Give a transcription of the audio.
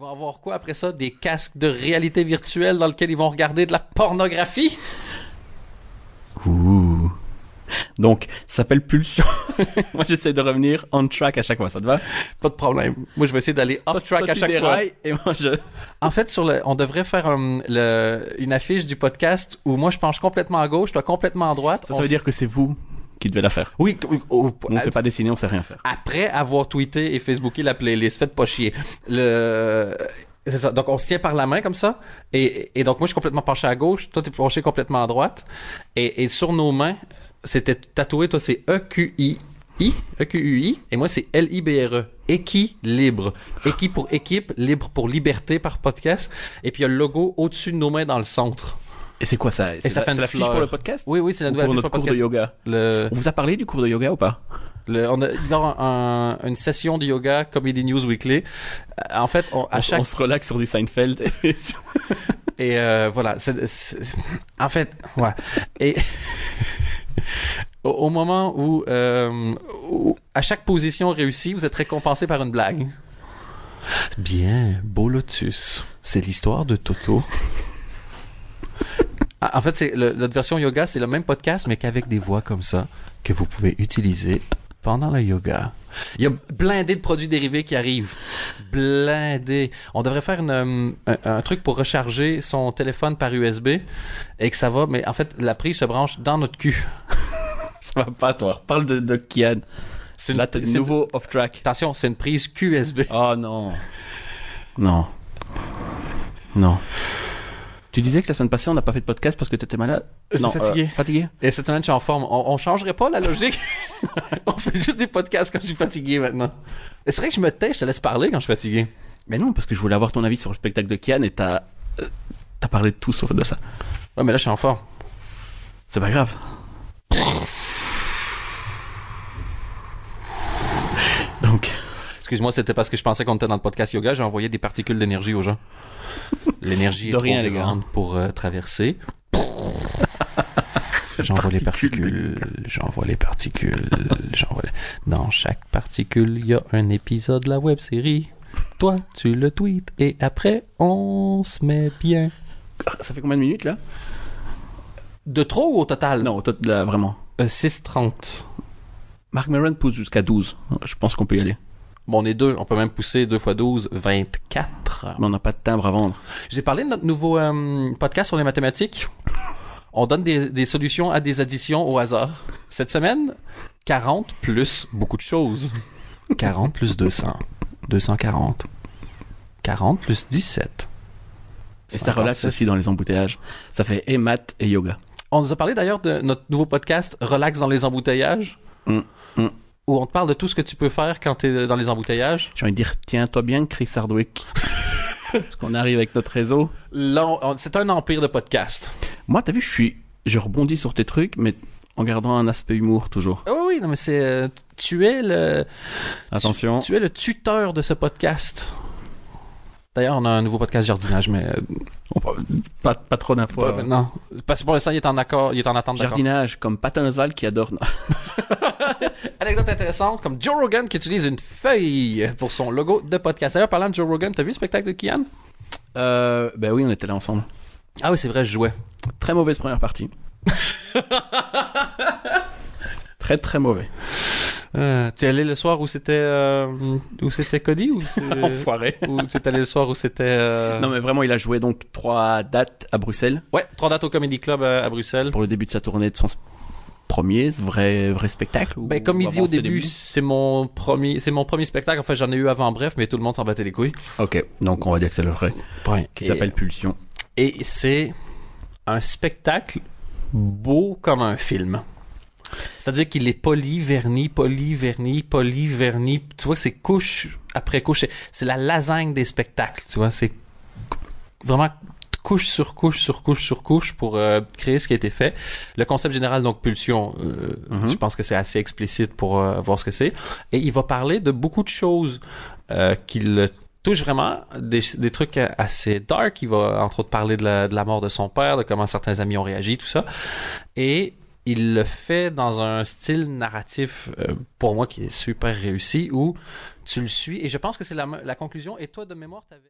vont avoir quoi après ça? Des casques de réalité virtuelle dans lesquels ils vont regarder de la pornographie? Ouh. Donc, ça s'appelle Pulsion. Moi, j'essaie de revenir on track à chaque fois, ça te va? Pas de problème. Moi, je vais essayer d'aller off track Toi, à tu chaque fois. dérailles, et moi, je... En fait, on devrait faire une affiche du podcast où moi, je penche complètement à gauche, toi complètement à droite. Ça veut dire que c'est vous qui devez la faire. Oui. On ne sait pas dessiner, on sait rien faire. Après avoir tweeté et facebooké la playlist, faites pas chier. C'est ça. Donc, on se tient par la main comme ça. Et donc, moi, je suis complètement penché à gauche. Toi, t'es penché complètement à droite. Et sur nos mains, c'était tatoué. Toi, c'est EQI. EQUI. Et moi, c'est LIBRE. Équilibre. Équi pour équipe, libre pour liberté par podcast. Et puis, il y a le logo au-dessus de nos mains dans le centre. Et c'est quoi ça? Ça fait c'est la fiche pour le podcast? Oui, c'est la nouvelle pour fiche notre pour le cours de podcast. yoga. On vous a parlé du cours de yoga ou pas? Il va y avoir une session de yoga Comedy News Weekly. En fait, on se relaxe sur du Seinfeld. Et voilà. En fait, ouais. Et au moment où à chaque position réussie, vous êtes récompensé par une blague. Bien, beau lotus. C'est l'histoire de Toto. En fait, notre version yoga, c'est le même podcast, mais qu'avec des voix comme ça, que vous pouvez utiliser pendant le yoga. Il y a blindé de produits dérivés qui arrivent. Blindé. On devrait faire un truc pour recharger son téléphone par USB et que ça va, mais en fait, la prise se branche dans notre cul. Ça va pas, toi. Parle de Kian. C'est nouveau off-track. Attention, c'est une prise QSB. Oh non. Non. Tu disais que la semaine passée, on n'a pas fait de podcast parce que tu étais malade? Non, fatigué. Fatigué. Et cette semaine, je suis en forme. On changerait pas la logique? On fait juste des podcasts quand je suis fatigué maintenant. Et c'est vrai que je me tais, je te laisse parler quand je suis fatigué. Mais non, parce que je voulais avoir ton avis sur le spectacle de Kian et t'as parlé de tout sauf de ça. Ouais, mais là, je suis en forme. C'est pas grave. Donc... Excuse-moi, c'était parce que je pensais qu'on était dans le podcast yoga. J'ai envoyé des particules d'énergie aux gens. L'énergie est trop grande pour traverser. J'envoie les particules. Dans chaque particule, il y a un épisode de la web-série. Toi, tu le tweets et après, on se met bien. Ça fait combien de minutes, là? De trop ou au total? Non, là, vraiment. 6:30. Mark Maron pousse jusqu'à 12. Je pense qu'on peut y aller. Bon, on est deux. On peut même pousser 2 x 12, 24. Mais on n'a pas de timbre à vendre. J'ai parlé de notre nouveau podcast sur les mathématiques. On donne des solutions à des additions au hasard. Cette semaine, 40 plus beaucoup de choses. 40 plus 200. 240. 40 plus 17. Et ça relaxe aussi dans les embouteillages. Ça fait et maths et yoga. On nous a parlé d'ailleurs de notre nouveau podcast Relax dans les embouteillages. Où on te parle de tout ce que tu peux faire quand tu es dans les embouteillages. J'ai envie de dire, tiens-toi bien, Chris Hardwick. Parce qu'on arrive avec notre réseau. Là, c'est un empire de podcasts. Moi, t'as vu, je rebondis sur tes trucs, mais en gardant un aspect humour toujours. Oui, non, mais c'est... tu es le... Attention. Tu es le tuteur de ce podcast. D'ailleurs, on a un nouveau podcast jardinage, mais... Pas trop d'infos. Non, parce que pour l'instant, il est en attente d'accord. Jardinage, comme Patton Oswalt qui adore... Anecdote intéressante, comme Joe Rogan qui utilise une feuille pour son logo de podcast. D'ailleurs, parlant de Joe Rogan, t'as vu le spectacle de Kian? Ben oui, on était là ensemble. Ah oui, c'est vrai, je jouais. Très mauvaise première partie. Très très mauvais. Tu es allé le soir où c'était Cody ou enfoiré. Ou tu es allé le soir où c'était Non mais vraiment, il a joué donc 3 dates à Bruxelles. Ouais, 3 dates au Comedy Club à Bruxelles pour le début de sa tournée de son premier vrai spectacle. Ben comme il dit au début, c'est mon premier spectacle. En fait, j'en ai eu avant, bref, mais tout le monde s'en battait les couilles. Ok, donc on va dire que c'est le vrai. Ouais. Qui s'appelle Pulsion. Et c'est un spectacle beau comme un film. C'est-à-dire qu'il est poli, verni. Tu vois, c'est couche après couche. C'est la lasagne des spectacles. Tu vois, c'est vraiment couche sur couche pour créer ce qui a été fait. Le concept général, donc Pulsion, je pense que c'est assez explicite pour voir ce que c'est. Et il va parler de beaucoup de choses qui le touchent vraiment, des trucs assez dark. Il va entre autres parler de la mort de son père, de comment certains amis ont réagi, tout ça. Et il le fait dans un style narratif, pour moi, qui est super réussi, où tu le suis. Et je pense que c'est la conclusion. Et toi, de mémoire, t'avais...